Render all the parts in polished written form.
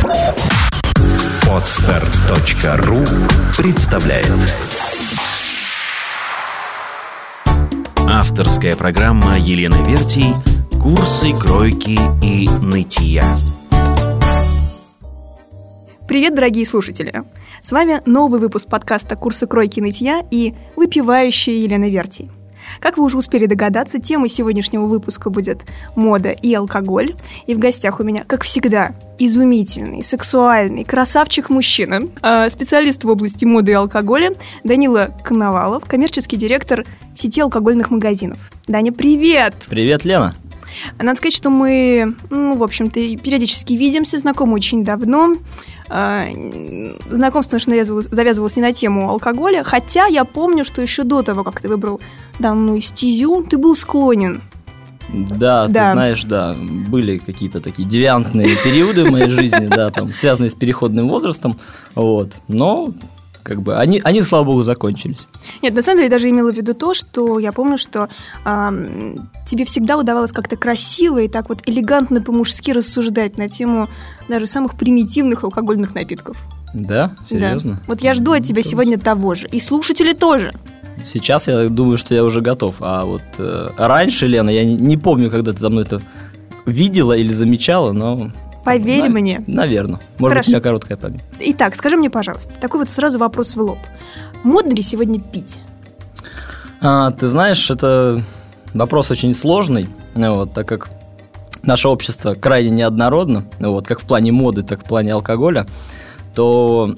Podster.ru представляет. Авторская программа Елены Вертий «Курсы кройки и нытья». Привет, дорогие слушатели! С вами новый выпуск подкаста «Курсы кройки и нытья» и выпивающая Елена Вертий. Как вы уже успели догадаться, темой сегодняшнего выпуска будет мода и алкоголь. И в гостях у меня, как всегда, изумительный, сексуальный красавчик-мужчина, специалист в области моды и алкоголя Данила Коновалов, коммерческий директор сети алкогольных магазинов. Даня, привет! Привет, Лена! Надо сказать, что мы, в общем-то, периодически видимся, знакомы очень давно. Знакомство наше завязывалось не на тему алкоголя, хотя я помню, что еще до того, как ты выбрал данную стезю, ты был склонен. Да, ты знаешь, да, были какие-то такие девиантные периоды в моей жизни, да, там, связанные с переходным возрастом, вот, но... Как бы они, слава богу, закончились. Нет, на самом деле, я даже имела в виду то, что я помню, что тебе всегда удавалось как-то красиво и так вот элегантно по-мужски рассуждать на тему даже самых примитивных алкогольных напитков. Да? Серьезно? Да. Вот я жду от тебя сегодня того же. И слушатели тоже. Сейчас я думаю, что я уже готов. А вот раньше, Лена, я не помню, когда ты за мной это видела или замечала, но... Поверь мне. Наверное. Может быть, у меня короткая память. Итак, скажи мне, пожалуйста, такой вот сразу вопрос в лоб. Модно ли сегодня пить? Ты знаешь, это вопрос очень сложный, вот, так как наше общество крайне неоднородно, вот, как в плане моды, так и в плане алкоголя, то,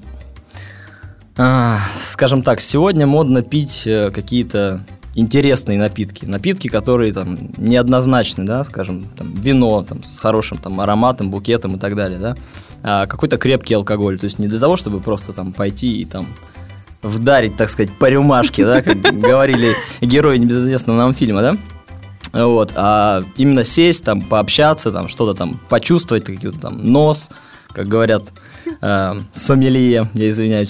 скажем так, сегодня модно пить какие-то интересные напитки, которые там неоднозначны, да, скажем, там, вино там, с хорошим там, ароматом, букетом и так далее, да, а какой-то крепкий алкоголь, то есть не для того, чтобы просто там пойти и там вдарить, так сказать, по рюмашке, да, как говорили герои небезызвестного нам фильма, да, вот, а именно сесть, там, пообщаться, там, что-то там почувствовать, какой-то там нос, как говорят сомелье, я извиняюсь,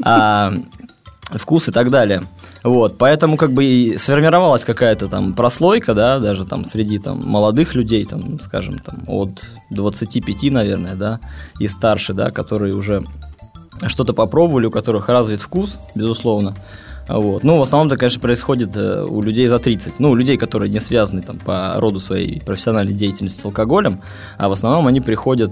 вкус и так далее. Вот, поэтому как бы и сформировалась какая-то там прослойка, да, даже там среди там молодых людей, там, скажем, там от 25, наверное, да, и старше, да, которые уже что-то попробовали, у которых развит вкус, безусловно. Вот. Ну, в основном это, конечно, происходит у людей за 30. Ну, у людей, которые не связаны там, по роду своей профессиональной деятельности с алкоголем, а в основном они приходят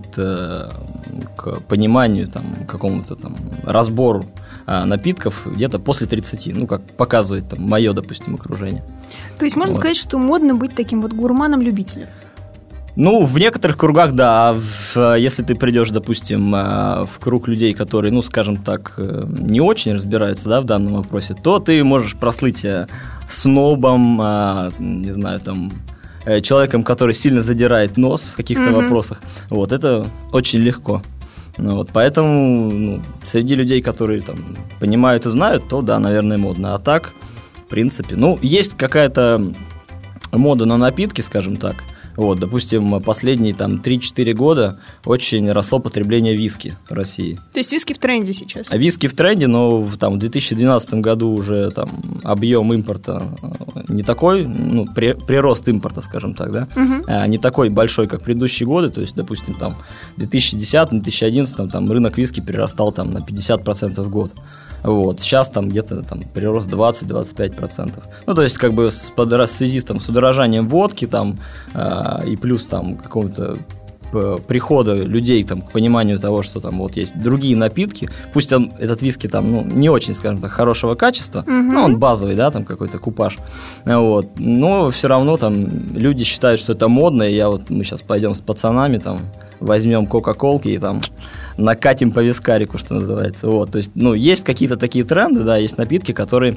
к пониманию, там, какому-то там разбору напитков где-то после 30, ну, как показывает там мое, допустим, окружение. То есть можно сказать, что модно быть таким вот гурманом-любителем? Ну, в некоторых кругах, да. Если ты придешь, допустим, в круг людей, которые, ну, скажем так, не очень разбираются, да, в данном вопросе, то ты можешь прослыть снобом, не знаю, там, человеком, который сильно задирает нос в каких-то вопросах. Вот, это очень легко. Ну, вот, поэтому среди людей, которые там понимают и знают, то да, наверное, модно. А так, в принципе, ну, есть какая-то мода на напитки, скажем так. Вот, допустим, последние там 3-4 года очень росло потребление виски в России. То есть виски в тренде сейчас? А виски в тренде, но там, в 2012 году уже там объем импорта не такой, ну, прирост импорта, скажем так, да, не такой большой, как в предыдущие годы. То есть, допустим, там в 2010-2011 там рынок виски прирастал там на 50% в год. Вот, сейчас там где-то там прирост 20-25%. Ну, то есть, как бы в связи с удорожанием водки там, и плюс там какого-то прихода людей там, к пониманию того, что там вот есть другие напитки, пусть этот виски там, ну, не очень, скажем так, хорошего качества, ну, он базовый, да, там какой-то купаж, вот, но все равно там люди считают, что это модно, и мы сейчас пойдем с пацанами там, возьмем кока-колки и там накатим по вискарику, что называется, вот, то есть, ну, есть какие-то такие тренды, да, есть напитки, которые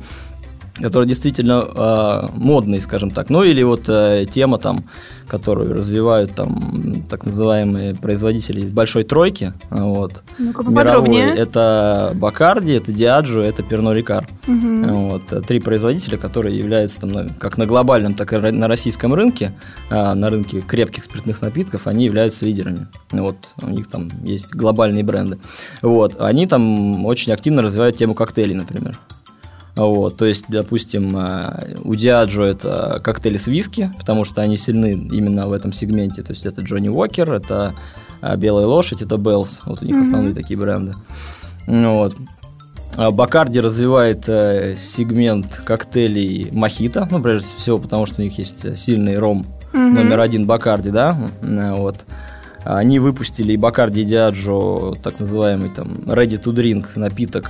действительно модные, скажем так. Ну или вот тема, там, которую развивают там, так называемые производители из большой тройки. Вот. Ну-ка поподробнее. Мировой. Это Бакарди, это Диаджо, это Перно Рикар. Вот. 3 производителя, которые являются там, как на глобальном, так и на российском рынке, на рынке крепких спиртных напитков, они являются лидерами. Вот. У них там есть глобальные бренды. Вот. Они там очень активно развивают тему коктейлей, например. Вот, то есть, допустим, у Диаджо это коктейли с виски, потому что они сильны именно в этом сегменте. То есть это Джонни Уокер, это «Белая лошадь» — это Беллс, вот у них основные такие бренды. Вот. Бакарди развивает сегмент коктейлей мохито, ну, прежде всего, потому что у них есть сильный ром номер 1 Бакарди, да, вот. Они выпустили и Бакарди, и Диаджо, так называемый там ready to drink напиток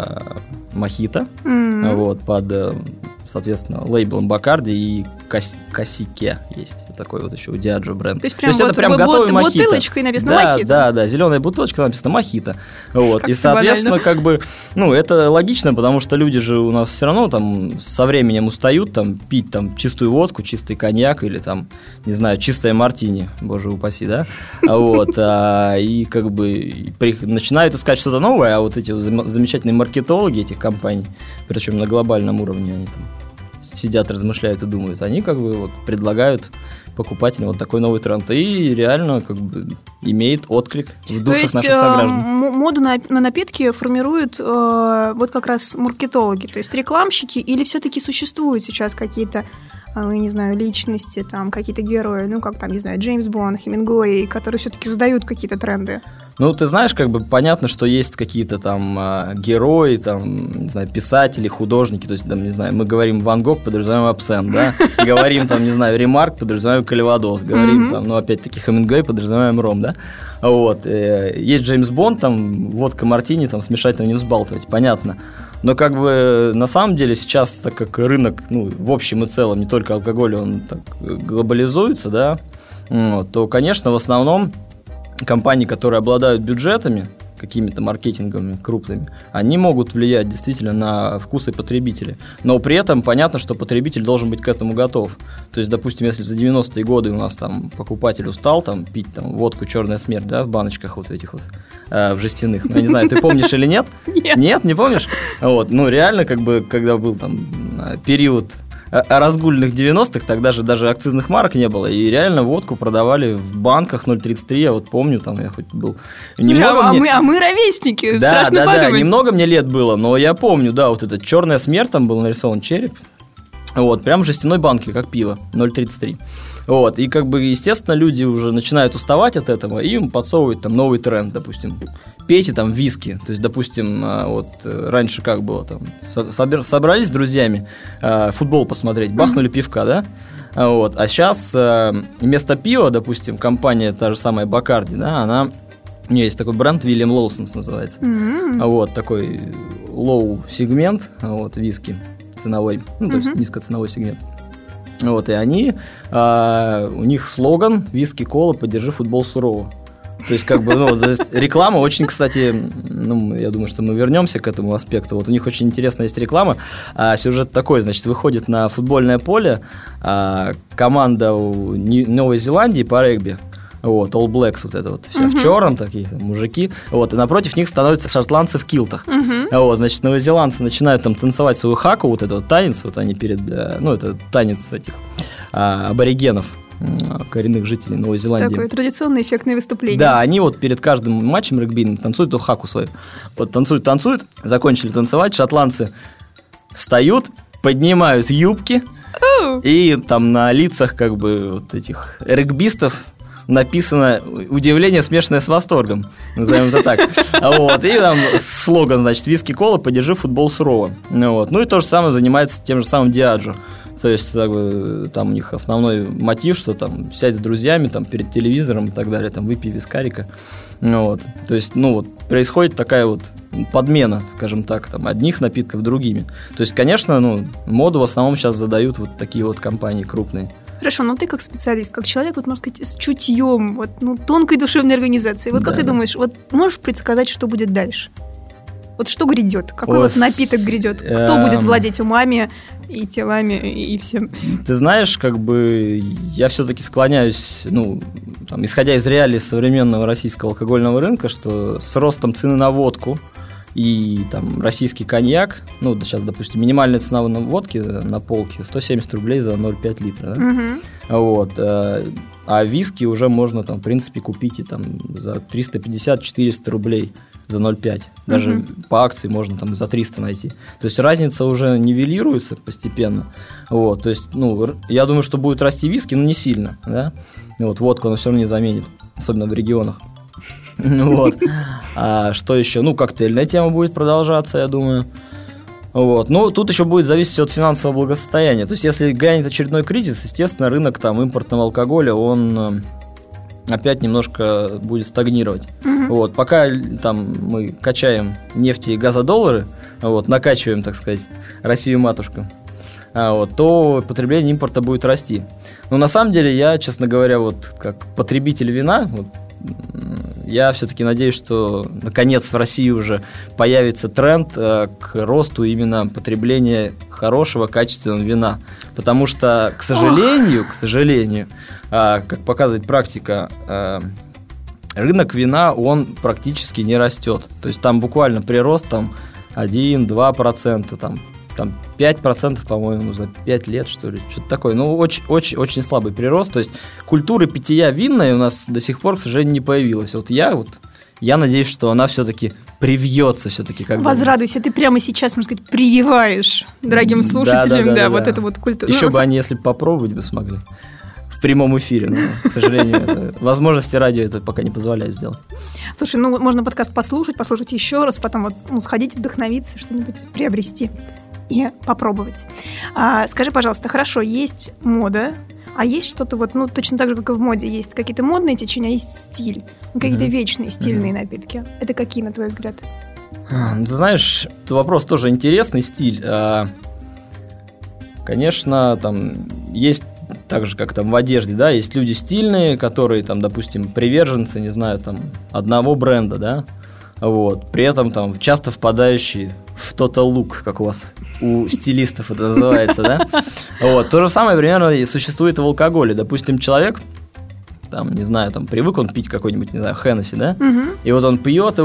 мохито, вот, под, соответственно, лейблом Бакарди и Косике есть вот такой вот еще у Диаджо бренд. То есть это прям готовый мохито. Бутылочкой написано мохито. Да, зеленая бутылочка написано мохито. Вот. И, соответственно, как бы, ну, это логично, потому что люди же у нас все равно там со временем устают там пить там чистую водку, чистый коньяк или там, не знаю, чистое мартини, боже упаси, да? Вот. И как бы начинают искать что-то новое, а вот эти замечательные маркетологи этих компаний, причем на глобальном уровне, они там сидят, размышляют и думают, они как бы вот предлагают покупателям вот такой новый тренд. И реально как бы имеет отклик в душах наших сограждан. Моду на напитки формируют вот как раз маркетологи, то есть рекламщики, или все-таки существуют сейчас какие-то, не знаю, личности, там какие-то герои, ну как там, не знаю, Джеймс Бонд, Хемингуэй, которые все-таки задают какие-то тренды? Ну, ты знаешь, как бы понятно, что есть какие-то там герои, там, не знаю, писатели, художники, то есть, там, не знаю, мы говорим Ван Гог, подразумеваем абсент, да, говорим, там, не знаю, Ремарк, подразумеваем Кальвадос, говорим, там, ну, опять-таки, Хемингуэй, подразумеваем ром, да, вот, есть Джеймс Бонд, там, водка мартини, там, смешать, там, не взбалтывать, понятно. Но как бы на самом деле сейчас, так как рынок, ну, в общем и целом, не только алкоголь, он так глобализуется, да, вот, то, конечно, в основном компании, которые обладают бюджетами, какими-то маркетинговыми крупными, они могут влиять действительно на вкусы потребителей. Но при этом понятно, что потребитель должен быть к этому готов. То есть, допустим, если за 90-е годы у нас там покупатель устал там пить там водку «Черная смерть», да, в баночках вот этих вот, в жестяных. Ну, я не знаю, ты помнишь или нет? Нет, не помнишь? Вот, ну, реально, как бы, когда был там период разгульных 90-х, тогда же даже акцизных марок не было, и реально водку продавали в банках 0,33, я вот помню, там я хоть был... мы ровесники, страшно подумать. Да, немного мне лет было, но я помню, да, вот эта «Черная смерть», там был нарисован череп, вот, прям в жестяной банке, как пиво, 0,33. Вот, и как бы, естественно, люди уже начинают уставать от этого, и им подсовывают там новый тренд, допустим, пейте там виски, то есть, допустим, вот раньше как было, там, собрались с друзьями футбол посмотреть, бахнули пивка, да, вот, а сейчас вместо пива, допустим, компания, та же самая Бакарди, да, у нее есть такой бренд, William Lawson's называется, вот, такой лоу-сегмент, вот, виски ценовой, ну, то есть низкоценовой сегмент. Вот, и они, у них слоган «Виски-кола, поддержи футбол сурово». То есть, как бы, ну, то есть реклама очень, кстати, ну, я думаю, что мы вернемся к этому аспекту. Вот у них очень интересная есть реклама. Сюжет такой, значит, выходит на футбольное поле команда Новой Зеландии по регби. Вот, All Blacks, вот это вот, все в черном, такие мужики, вот, и напротив них становятся шотландцы в килтах, вот, значит, новозеландцы начинают там танцевать свою хаку, вот этот вот танец, вот они перед, ну, это танец этих аборигенов, коренных жителей Новой Зеландии. Такое традиционное эффектное выступление. Да, они вот перед каждым матчем регбийным танцуют эту хаку свою, вот, танцуют, закончили танцевать, шотландцы встают, поднимают юбки, и там на лицах, как бы, вот этих регбистов написано «Удивление, смешанное с восторгом», назовем это так. Вот. И там слоган, значит, «Виски-кола, поддержи футбол сурово». Вот. Ну и то же самое занимается тем же самым Диаджо. То есть как бы, там у них основной мотив, что там сядь с друзьями там, перед телевизором и так далее, там выпей вискарика. Вот. То есть, ну вот, происходит такая вот подмена, скажем так, там, одних напитков другими. То есть, конечно, ну, моду в основном сейчас задают вот такие вот компании крупные. Хорошо, но ты как специалист, как человек, вот, можно сказать, с чутьем, вот, ну, тонкой душевной организации. Вот как ты думаешь, вот можешь предсказать, что будет дальше? Вот что грядет? Какой вот напиток грядет? Кто будет владеть умами и телами и всем? Ты знаешь, как бы я все-таки склоняюсь, ну, там, исходя из реалий современного российского алкогольного рынка, что с ростом цены на водку и там российский коньяк, ну, сейчас, допустим, минимальная цена на водке на полке 170 рублей за 0,5 литра, да? Вот, а виски уже можно там, в принципе, купить и там за 350-400 рублей за 0,5. Даже по акции можно там за 300 найти. То есть разница уже нивелируется постепенно. Вот, то есть, ну, я думаю, что будет расти виски, но не сильно, да? Вот, водку она все равно не заменит, особенно в регионах. Вот. А что еще? Ну, коктейльная тема будет продолжаться, я думаю. Вот. Ну, тут еще будет зависеть от финансового благосостояния. То есть, если грянет очередной кризис, естественно, рынок там импортного алкоголя, он опять немножко будет стагнировать. Вот. Пока там мы качаем нефти и газодоллары, вот, накачиваем, так сказать, Россию-матушку, вот, то потребление импорта будет расти. Но на самом деле я, честно говоря, вот как потребитель вина, вот, я все-таки надеюсь, что наконец в России уже появится тренд к росту именно потребления хорошего, качественного вина. Потому что, к сожалению, как показывает практика, рынок вина, он практически не растет. То есть там буквально прирост там 1-2%, там 5%, по-моему, за 5 лет, что ли, что-то такое. Ну, очень слабый прирост. То есть культуры питья винной у нас до сих пор, к сожалению, не появилась. Вот я надеюсь, что она все-таки привьется все-таки когда-нибудь. Возрадуйся, ты прямо сейчас, можно сказать, прививаешь дорогим слушателям, да, вот эту вот культуру. Еще бы они, если бы попробовать бы смогли в прямом эфире, но, к сожалению, возможности радио это пока не позволяет сделать. Слушай, ну можно подкаст послушать еще раз, потом вот, сходить, вдохновиться, что-нибудь приобрести и попробовать. Скажи, пожалуйста, хорошо, есть мода, а есть что-то вот, ну, точно так же, как и в моде, есть какие-то модные течения, а есть стиль, какие-то вечные стильные напитки. Это какие, на твой взгляд? Ты знаешь, вопрос тоже интересный, стиль. Конечно, там есть так же, как там в одежде, да, есть люди стильные, которые там, допустим, приверженцы, не знаю, там, одного бренда, да, вот, при этом там часто впадающие в total look, как у вас, у стилистов это называется, да, вот, то же самое примерно существует и в алкоголе, допустим, человек, там, не знаю, там, привык он пить какой-нибудь, не знаю, Хеннесси, да, и вот он пьет,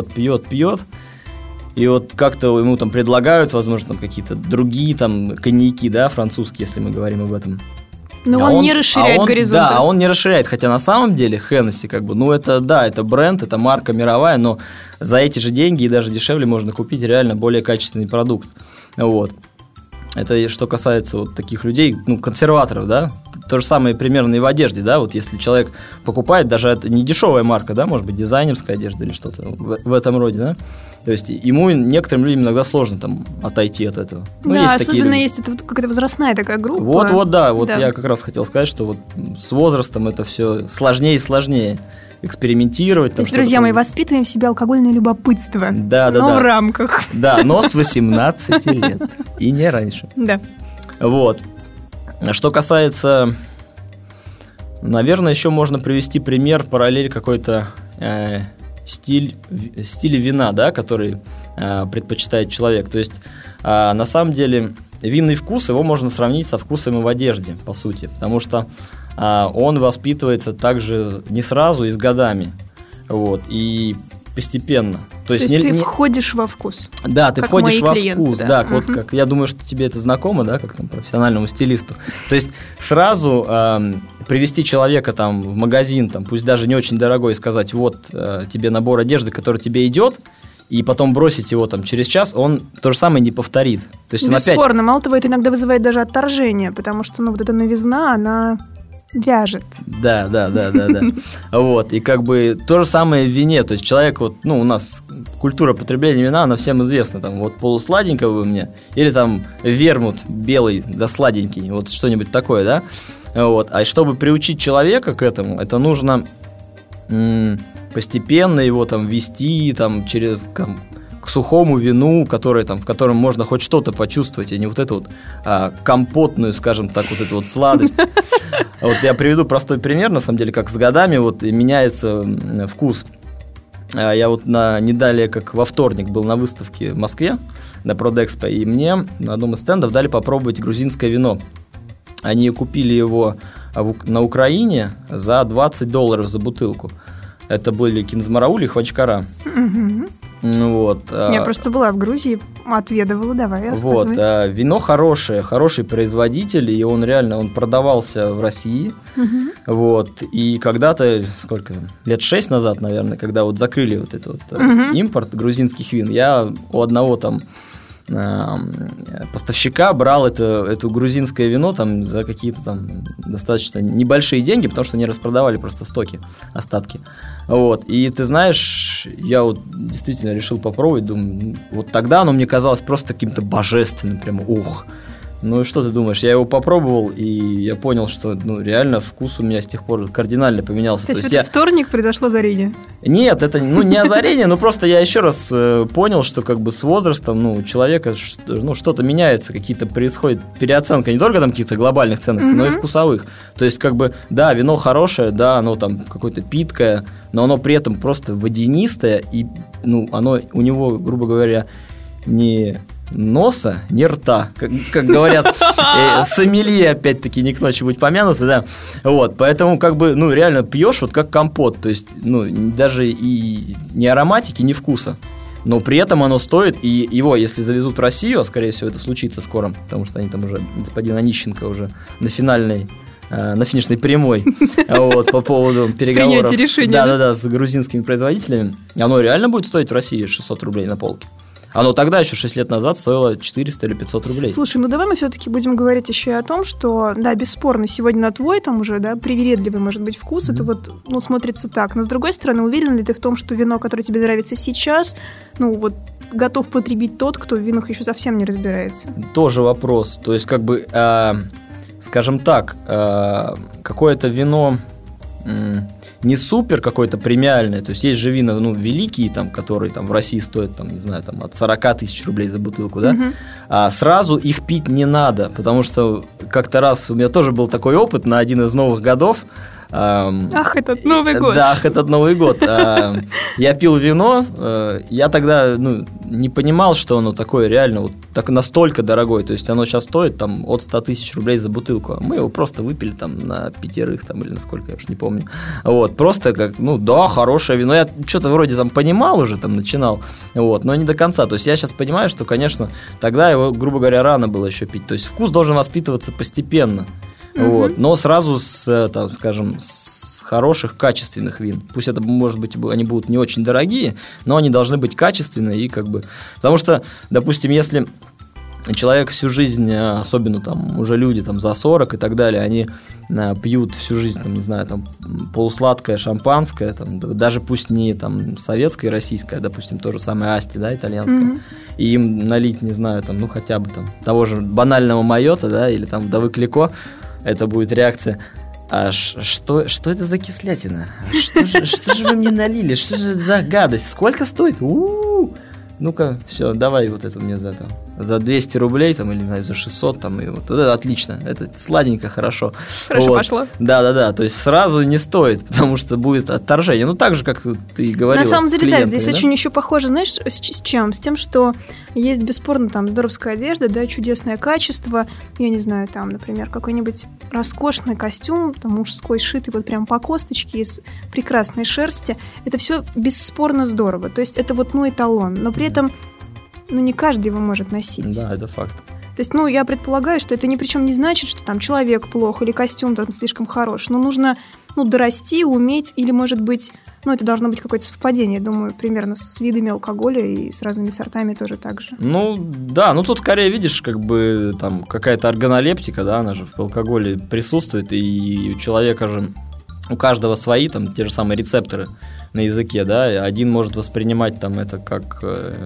и вот как-то ему там предлагают, возможно, там какие-то другие там коньяки, да, французские, если мы говорим об этом. Но он не расширяет горизонты. Да, он не расширяет, хотя на самом деле Хеннесси, как бы, ну это, да, это бренд, это марка мировая, но за эти же деньги и даже дешевле можно купить реально более качественный продукт. Вот. Это что касается вот таких людей, ну, консерваторов, да. То же самое примерно и в одежде, да, вот если человек покупает, даже это не дешевая марка, да, может быть, дизайнерская одежда или что-то в этом роде, да. То есть ему, некоторым людям иногда сложно там отойти от этого. Ну, да, есть особенно есть это вот какая-то возрастная такая группа. Да, я как раз хотел сказать, что вот с возрастом это все сложнее и сложнее экспериментировать. То есть, друзья мои, воспитываем в себе алкогольное любопытство. Да. Но в рамках. Да, но с 18 лет. И не раньше. Да. Вот. Что касается, наверное, еще можно привести пример, параллель какой-то стиля вина, да, который предпочитает человек. То есть, на самом деле, винный вкус, его можно сравнить со вкусом и в одежде, по сути. Потому что он воспитывается также не сразу и с годами. Вот, и постепенно. То есть ты входишь во вкус. Да, ты входишь во вкус. Да, да. Вот как я думаю, что тебе это знакомо, да, как там профессиональному стилисту. То есть сразу привести человека там в магазин, там, пусть даже не очень дорогой, и сказать, вот тебе набор одежды, который тебе идет, и потом бросить его там через час, он то же самое не повторит. То есть бесспорно, мало того, это иногда вызывает даже отторжение, потому что, ну, вот эта новизна, она вяжет. Да. Вот, и как бы то же самое в вине, то есть человек, вот, ну, у нас культура потребления вина, она всем известна, там, вот полусладенького вы мне, или там вермут белый, да сладенький, вот что-нибудь такое, да, вот, а чтобы приучить человека к этому, это нужно постепенно его там вести, там, через, там, к сухому вину, которое, там, в котором можно хоть что-то почувствовать, а не вот эту вот компотную, скажем так, вот эту вот сладость. Вот я приведу простой пример, на самом деле, как с годами вот меняется вкус. Я вот не далее, как во вторник, был на выставке в Москве, на Продэкспо, и мне на одном из стендов дали попробовать грузинское вино. Они купили его на Украине за $20 за бутылку. Это были кинзмараули и хвачкара. Вот. Я просто была в Грузии, отведывала, давай рассказывай. Вот, вино хорошее, хороший производитель, и он реально продавался в России. Вот, и когда-то, лет 6 назад, наверное, когда вот закрыли вот этот вот импорт грузинских вин, я у одного там поставщика брал это грузинское вино там за какие-то там достаточно небольшие деньги, потому что они распродавали просто стоки, остатки. Вот. И ты знаешь, я вот действительно решил попробовать, думаю, вот тогда оно мне казалось просто каким-то божественным, прямо ух. Ну и что ты думаешь? Я его попробовал, и я понял, что реально вкус у меня с тех пор кардинально поменялся. То есть в этот вторник произошло озарение? Нет, это не озарение, но просто я еще раз понял, что как бы с возрастом у человека что-то меняется, какие-то происходит переоценка не только там каких-то глобальных ценностей, но и вкусовых. То есть как бы, да, вино хорошее, да, оно там какое-то питкое, но оно при этом просто водянистое, и оно у него, грубо говоря, не носа, не рта, как говорят сомелье, опять-таки, не к ночи будь помянуты, да, вот, поэтому, как бы, реально пьешь вот как компот, то есть, даже и ни ароматики, ни вкуса, но при этом оно стоит, и его, если завезут в Россию, а, скорее всего, это случится скоро, потому что они там уже, господин Онищенко уже на финишной прямой, вот, по поводу переговоров с грузинскими производителями, оно реально будет стоить в России 600 рублей на полке. Оно тогда, еще 6 лет назад, стоило 400 или 500 рублей. Слушай, давай мы все-таки будем говорить еще и о том, что, да, бесспорно, сегодня на твой, там уже, да, привередливый, может быть, вкус, это вот, смотрится так. Но, с другой стороны, уверен ли ты в том, что вино, которое тебе нравится сейчас, готов потребить тот, кто в винах еще совсем не разбирается? Тоже вопрос. То есть, как бы, скажем так, какое-то вино... не супер какой-то премиальный, то есть есть же вина, великие, там, которые там в России стоят, там, не знаю, там, от 40 тысяч рублей за бутылку, да, а сразу их пить не надо, потому что как-то раз у меня тоже был такой опыт на один из новых годов. Ах, этот Новый год. Да, этот Новый год. Я пил вино, я тогда не понимал, что оно такое реально вот так настолько дорогое. То есть оно сейчас стоит там от 100 тысяч рублей за бутылку. Мы его просто выпили там на 5 там, или на сколько, я уж не помню. Вот, просто как, да, хорошее вино. Я что-то вроде там понимал уже, там начинал, вот, но не до конца. То есть я сейчас понимаю, что, конечно, тогда его, грубо говоря, рано было еще пить. То есть вкус должен воспитываться постепенно. Вот, но сразу с хороших, качественных вин. Пусть это, может быть, они будут не очень дорогие, но они должны быть качественные и как бы... Потому что, допустим, если человек всю жизнь, особенно там уже люди там за 40 и так далее, они пьют всю жизнь, там, не знаю, там полусладкое шампанское, там, даже пусть не там советское, российское, а, допустим, то же самое Асти, да, итальянское, и им налить, не знаю, там, хотя бы там того же банального майота, да, или там вдовы Клико, это будет реакция. А что это за кислятина? Что же вы мне налили? Что же за гадость? Сколько стоит? Ну-ка, все, давай вот это мне за 200 рублей, там, или, не знаю, за 600, там, и вот это отлично, это сладенько, хорошо. Хорошо пошло. Да, то есть сразу не стоит, потому что будет отторжение. Так же, как ты говорила. На самом деле, да, здесь очень еще похоже, знаешь, с чем? С тем, что есть, бесспорно, там, здоровская одежда, да, чудесное качество, я не знаю, там, например, какой-нибудь роскошный костюм, там, мужской, сшитый вот прям по косточке из прекрасной шерсти, это все бесспорно здорово, то есть это вот, эталон, но при этом не каждый его может носить. Да, это факт. То есть, я предполагаю, что это ни при чем не значит, что там человек плох или костюм там слишком хорош, но нужно, дорасти, уметь, или, может быть, это должно быть какое-то совпадение, думаю, примерно с видами алкоголя и с разными сортами тоже так же. Да, тут скорее, видишь, как бы там какая-то органолептика, да, она же в алкоголе присутствует, и у человека же, у каждого свои, там, те же самые рецепторы на языке, да, один может воспринимать там это как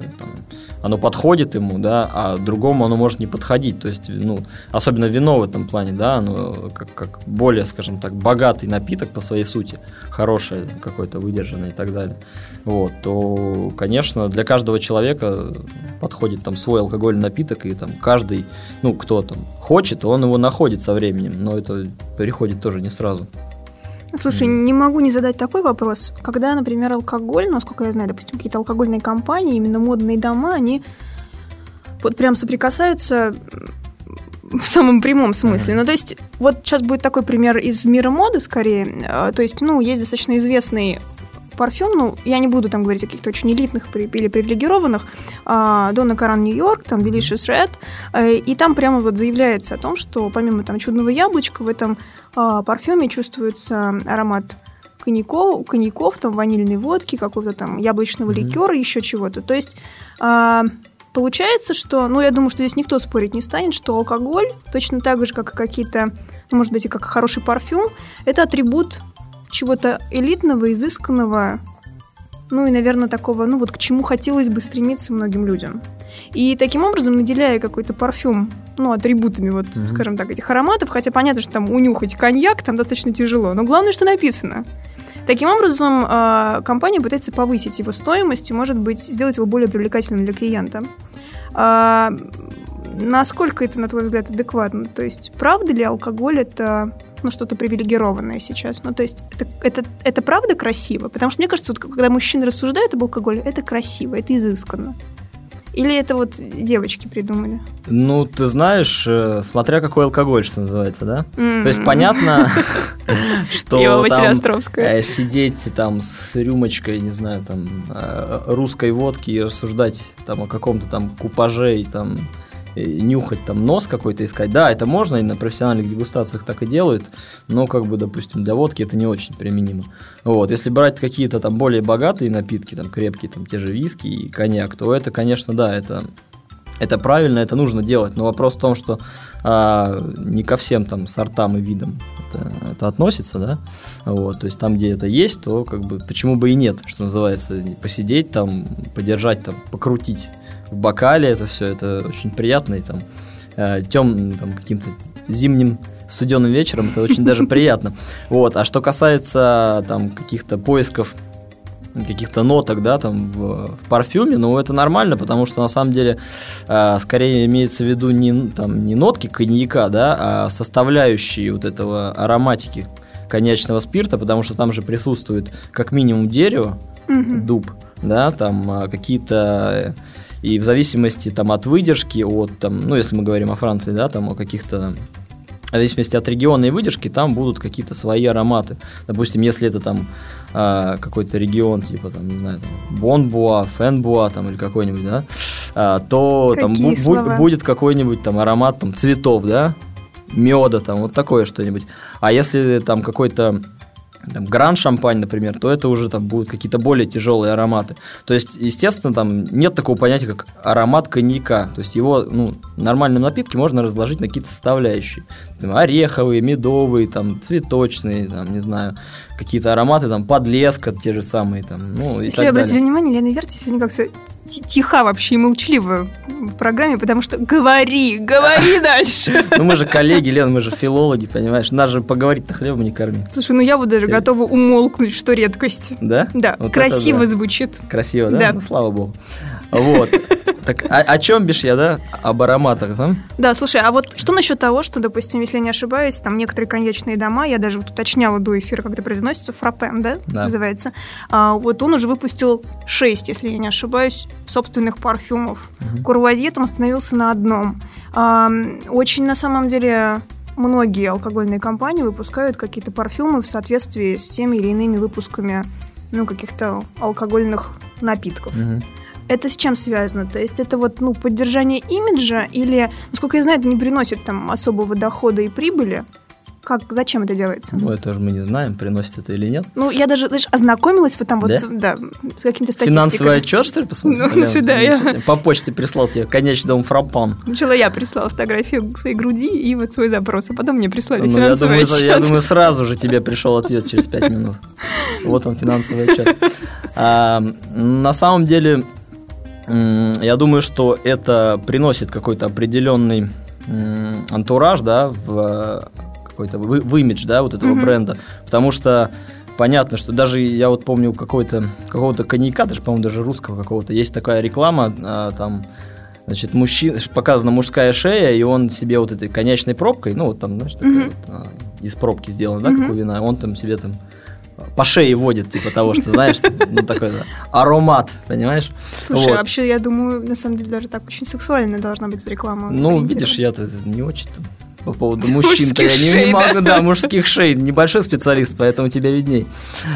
оно подходит ему, да, а другому оно может не подходить, то есть, особенно вино в этом плане, да, оно как более, скажем так, богатый напиток по своей сути, хорошее, какое-то выдержанное и так далее, вот, то, конечно, для каждого человека подходит там свой алкогольный напиток, и там каждый, кто там хочет, он его находит со временем, но это приходит тоже не сразу. Слушай, не могу не задать такой вопрос. Когда, например, алкоголь, насколько я знаю, допустим, какие-то алкогольные компании, именно модные дома, они вот прям соприкасаются в самом прямом смысле. То есть, вот сейчас будет такой пример из мира моды, скорее. То есть, есть достаточно известный парфюм, я не буду там говорить о каких-то очень элитных или привилегированных, Donna Karan New York, там Delicious Red, и там прямо вот заявляется о том, что помимо там чудного яблочка в этом парфюме чувствуется аромат коньяков, там ванильной водки, какого-то там яблочного ликера, еще чего-то. То есть получается, что, я думаю, что здесь никто спорить не станет, что алкоголь, точно так же, как и какие-то, может быть, и как хороший парфюм, это атрибут чего-то элитного, изысканного, и, наверное, такого, к чему хотелось бы стремиться многим людям. И таким образом, наделяя какой-то парфюм, атрибутами, скажем так, этих ароматов, хотя понятно, что там унюхать коньяк там достаточно тяжело, но главное, что написано. Таким образом, компания пытается повысить его стоимость и, может быть, сделать его более привлекательным для клиента. Насколько это, на твой взгляд, адекватно? То есть, правда ли алкоголь – это что-то привилегированное сейчас? То есть, это правда красиво? Потому что, мне кажется, когда мужчины рассуждают об алкоголе, это красиво, это изысканно. Или это девочки придумали? Ты знаешь, смотря какой алкоголь, что называется, да? То есть понятно, что там сидеть там с рюмочкой, не знаю, там русской водки и рассуждать там о каком-то там купаже и там нюхать там нос какой-то искать. Да, это можно, и на профессиональных дегустациях так и делают, но допустим, для водки это не очень применимо. Если брать какие-то там более богатые напитки, там крепкие, там те же виски и коньяк, то это, конечно, да, это правильно, это нужно делать, но вопрос в том, что не ко всем там сортам и видам это относится, да, то есть там, где это есть, то почему бы и нет, что называется, посидеть там, подержать там, покрутить в бокале, это все, это очень приятно, и там темным там каким-то зимним студеным вечером это очень даже приятно. А что касается там каких-то поисков каких-то ноток, да, там в парфюме, это нормально, потому что на самом деле скорее имеется в виду не нотки коньяка, да, а составляющие этого ароматики коньячного спирта, потому что там же присутствует как минимум дерево, дуб, да, там какие-то, и в зависимости там от выдержки, если мы говорим о Франции, да, там о каких-то, в зависимости от региона и выдержки, там будут какие-то свои ароматы. Допустим, если это там какой-то регион, типа, там, не знаю, там, Бонбуа, Фенбуа, там, или какой-нибудь, да, то там будет какой-нибудь там аромат там, цветов, да, меда, там, такое что-нибудь. А если там какой-то гранд-шампань, например, то это уже там будут какие-то более тяжелые ароматы. То есть, естественно, там нет такого понятия, как аромат коньяка. То есть его, в нормальном напитке можно разложить на какие-то составляющие. Там, ореховые, медовые, там, цветочные, там, не знаю, какие-то ароматы, там, подлеска, те же самые, там, и Если вы обратили внимание, Лена Верти сегодня как-то тиха вообще и молчалива в программе, потому что говори дальше. Мы же коллеги, Лен, мы же филологи, понимаешь, нас же поговорить-то хлебом не корми. Слушай, я даже готова умолкнуть, что редкость. Да? Да, красиво звучит. Красиво, да? Слава богу. Так, о чем бишь я, да? Об ароматах, да? Да, слушай, а что насчет того, что, допустим, если я не ошибаюсь, там некоторые коньячные дома, я даже уточняла до эфира, как это произносится, Фраппен, да? Называется. Он уже выпустил 6, если я не ошибаюсь, собственных парфюмов. Курвазье там остановился на одном. Очень, на самом деле, многие алкогольные компании выпускают какие-то парфюмы в соответствии с теми или иными выпусками каких-то алкогольных напитков. Это с чем связано? То есть это поддержание имиджа или, насколько я знаю, это не приносит там особого дохода и прибыли? Зачем это делается? Это же мы не знаем, приносит это или нет. Я даже ознакомилась с какими-то статистиками. Финансовый отчет, что ли, посмотрел? Слушай, да, я... По почте прислал тебе конечный дом Фраппан. Сначала я прислала фотографию своей груди и свой запрос, а потом мне прислали финансовый отчет. Я думаю, сразу же тебе пришел ответ через 5 минут. Вот он, финансовый отчет. На самом деле, я думаю, что это приносит какой-то определенный антураж, да, какой-то в имидж, да, этого бренда, потому что понятно, что даже я помню какого-то коньяка, по-моему, даже русского какого-то, есть такая реклама, там, значит, показана мужская шея, и он себе этой коньячной пробкой, знаешь, такая из пробки сделана, да, как у вина, он там себе там по шее водит, типа того, что, знаешь, такой аромат, понимаешь? Слушай, вообще, я думаю, на самом деле, даже так очень сексуальная должна быть реклама. Видишь, я-то не очень-то по поводу мужчин-то я не могу, да, мужских шей, небольшой специалист, поэтому тебе видней.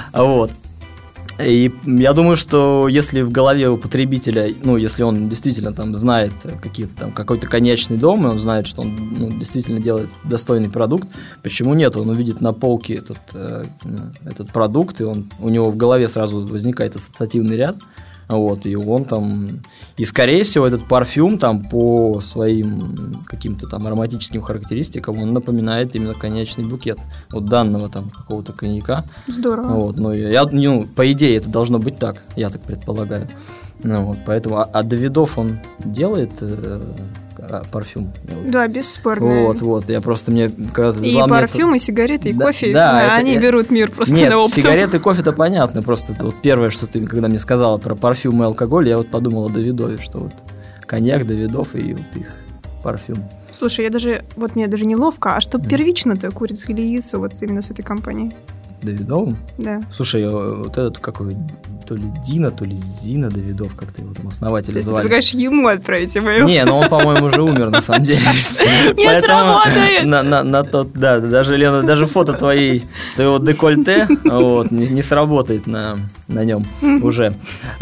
И я думаю, что если в голове у потребителя, если он действительно там знает какой-то коньячный дом, и он знает, что он действительно делает достойный продукт, почему нет? Он увидит на полке этот продукт, и у него в голове сразу возникает ассоциативный ряд, Вот, и он там... И, скорее всего, этот парфюм там по своим каким-то там ароматическим характеристикам, он напоминает именно коньячный букет вот данного там какого-то коньяка. Здорово. Вот, по идее, это должно быть так, я так предполагаю. Вот, поэтому, Давидов, он делает парфюм. Да, бесспорно. Вот, я просто мне... И парфюм, и сигареты, и кофе, да, они берут мир просто на опыт. Нет, сигареты и кофе, это понятно, просто вот первое, что ты, когда мне сказала про парфюм и алкоголь, я вот подумал о Давидове, что вот коньяк, Давидов и вот их парфюм. Слушай, мне даже неловко, а что первично-то, курица или яйцо, вот именно с этой компанией? Давидовым? Да. Слушай, вот этот какой, то ли Дина, то ли Зина Давидов, как-то его там основателя звали. Ты предлагаешь ему отправить имейл? Не, он, по-моему, уже умер, на самом деле. Не сработает! На тот, да, даже, Лена, даже фото твоего декольте не сработает на нем уже.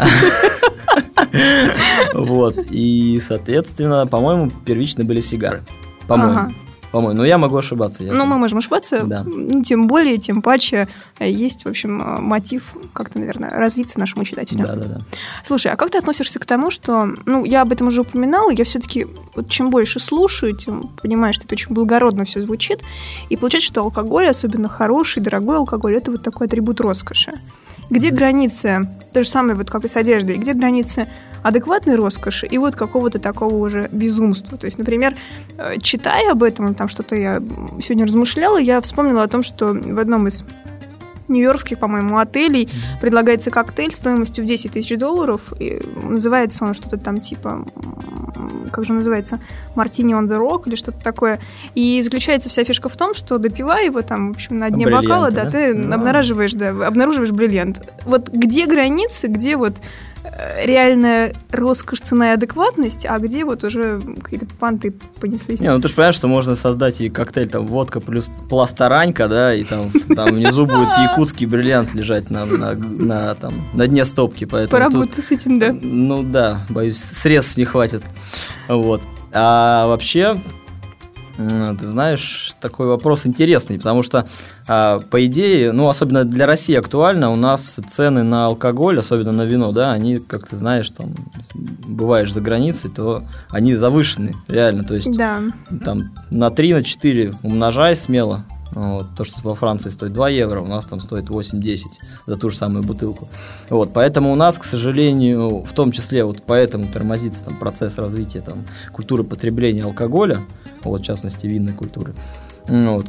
Вот, и, соответственно, по-моему, первичны были сигары. По-моему. Но я могу ошибаться. Мы можем ошибаться. Да. Тем более, тем паче есть, в общем, мотив как-то, наверное, развиться нашему читателю. Да. Слушай, а как ты относишься к тому, что... я об этом уже упоминала, я все-таки чем больше слушаю, тем понимаю, что это очень благородно все звучит. И получается, что алкоголь, особенно хороший, дорогой алкоголь, это вот такой атрибут роскоши. Где границы, то же самое, вот как и с одеждой, где границы адекватной роскоши и вот какого-то такого уже безумства. То есть, например, читая об этом, там что-то я сегодня размышляла, я вспомнила о том, что в одном из нью-йоркских, по-моему, отелей предлагается коктейль стоимостью в $10 000, и называется он что-то там типа, как же называется, Martini on the Rock или что-то такое. И заключается вся фишка в том, что допивая его там, в общем, на дне бокала, да, ты обнаруживаешь бриллиант. Вот где границы, где вот реальная роскошь, цена и адекватность, а где вот уже какие-то понты понеслись. Не, ты же понимаешь, что можно создать и коктейль, там, водка плюс пласторанька, да, и там внизу будет якутский бриллиант лежать на дне стопки. Поработай с этим, да. Да, боюсь, средств не хватит. Вот. А вообще... Ты знаешь, такой вопрос интересный, потому что, по идее, особенно для России актуально, у нас цены на алкоголь, особенно на вино, да, они, как ты знаешь, там, бываешь за границей, то они завышены, реально, то есть там на 3-4 умножай смело. Вот, то, что во Франции стоит 2 евро, у нас там стоит 8-10 за ту же самую бутылку. Вот, поэтому у нас, к сожалению, в том числе вот поэтому тормозится там, процесс развития там, культуры потребления алкоголя, вот, в частности винной культуры. Вот.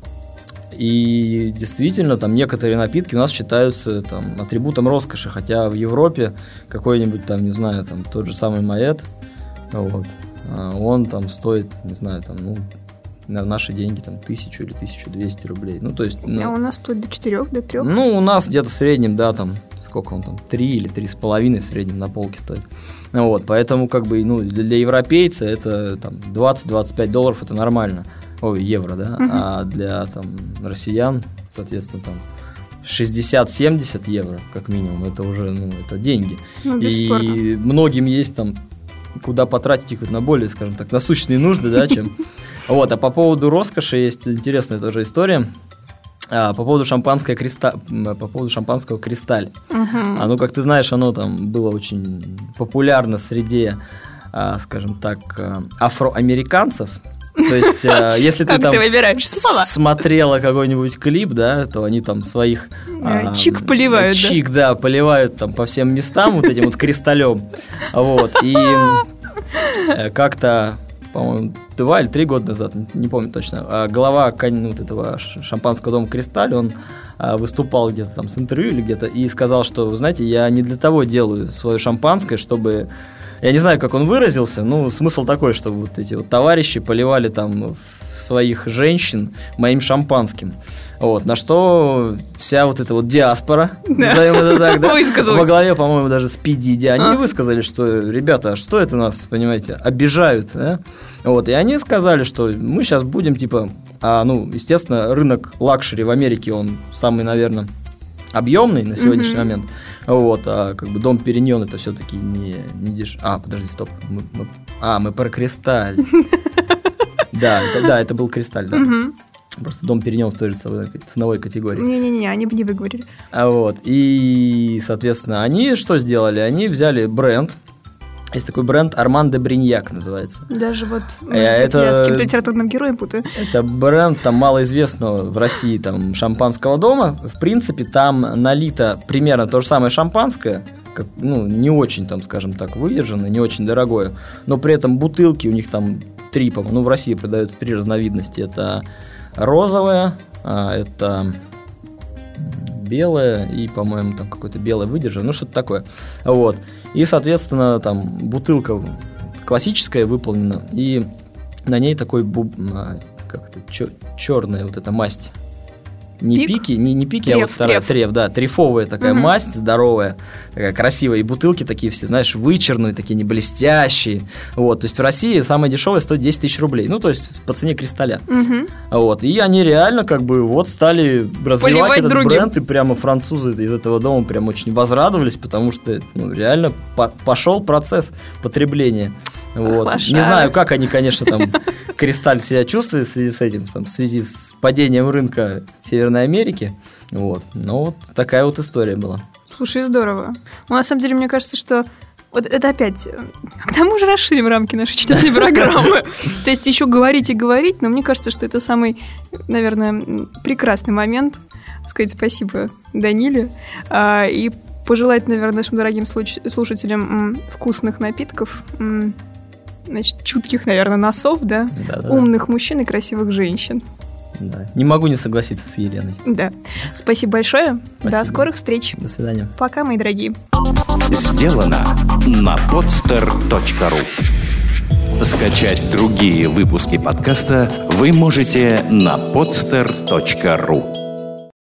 И действительно, там некоторые напитки у нас считаются там, атрибутом роскоши, хотя в Европе какой-нибудь там, не знаю, там тот же самый Моэт, вот, он там стоит, не знаю, там, на наши деньги там 1000 или 1200 рублей. То есть, а у нас вплоть до 4, до 3? У нас где-то в среднем, да, там, сколько он там, 3 или 3,5 в среднем на полке стоит. Вот, поэтому, как бы, для европейца это там $20-25 это нормально. Ой, евро, да, а для там россиян, соответственно, там 60-70 евро, как минимум, это уже, это деньги. И многим есть там куда потратить их на более, скажем так, насущные нужды, да, чем... Вот, а по поводу роскоши есть интересная тоже история. По поводу шампанского «Кристаль». Как ты знаешь, оно там было очень популярно среди, скажем так, афроамериканцев. То есть, если ты там смотрела какой-нибудь клип, да, то они там своих... Чик поливают, да? Чик, да, поливают там по всем местам вот этим вот кристаллем. Вот, и как-то, по-моему, 2 или 3 года назад, не помню точно, глава вот этого шампанского дома «Кристаль», он выступал где-то там с интервью или где-то и сказал, что, вы знаете, я не для того делаю свое шампанское, чтобы... Я не знаю, как он выразился, смысл такой, что вот эти вот товарищи поливали там своих женщин моим шампанским. Вот, на что вся вот эта вот диаспора, назовем это так, да, во главе, по-моему, даже с P. Diddy, они высказали, что, ребята, что это нас, понимаете, обижают, да? Вот, и они сказали, что мы сейчас будем, типа, естественно, рынок лакшери в Америке, он самый, наверное, объемный на сегодняшний момент. Вот, а как бы дом Периньон это все-таки не дешево. Подожди, стоп. Мы про «Кристаль». Да, это был «Кристаль», да. Просто дом перенял в той же ценовой категории. Не-не-не, они бы не выговорили. Вот. И, соответственно, они что сделали? Они взяли бренд. Есть такой бренд Арман де Бриньяк называется. Даже вот, я с каким-то литературным героем путаю. Это бренд там малоизвестного в России там шампанского дома. В принципе, там налито примерно то же самое шампанское, как, ну, не очень, там, скажем так, выдержанное, не очень дорогое, но при этом бутылки у них там 3, по-моему, ну, в России продаются 3 разновидности. Это розовая, это белое и, по-моему, там какое-то белое выдержанное, ну, что-то такое. Вот. И, соответственно, там бутылка классическая выполнена, и на ней такой, как это, черная вот эта масть. Не пики, не пики, треф, а вот вторая треф, да, трефовая такая масть, здоровая, такая красивая, и бутылки такие все, знаешь, вычерные, такие не блестящие, вот, то есть в России самая дешевая стоит 10 тысяч рублей, ну, то есть по цене кристалля, вот, и они реально как бы вот стали развивать поливать этот бренд, и прямо французы из этого дома прям очень возрадовались, потому что, ну, реально пошел процесс потребления. Вот. Не знаю, как они, конечно, там Кристаль себя чувствует в связи с этим, там, в связи с падением рынка Северной Америки. Вот. Но вот такая вот история была. Слушай, здорово. Ну, на самом деле, мне кажется, что вот это опять... Когда мы уже расширим рамки нашей чудесной программы. То есть еще говорить и говорить, но мне кажется, что это самый, наверное, прекрасный момент сказать спасибо Даниле и пожелать, наверное, нашим дорогим слушателям вкусных напитков, значит, чутких, наверное, носов, да? Умных мужчин и красивых женщин. Да. Не могу не согласиться с Еленой. Да. Спасибо большое. Спасибо. До скорых встреч. До свидания. Пока, мои дорогие. Сделано на podster.ru. Скачать другие выпуски подкаста вы можете на podster.ru.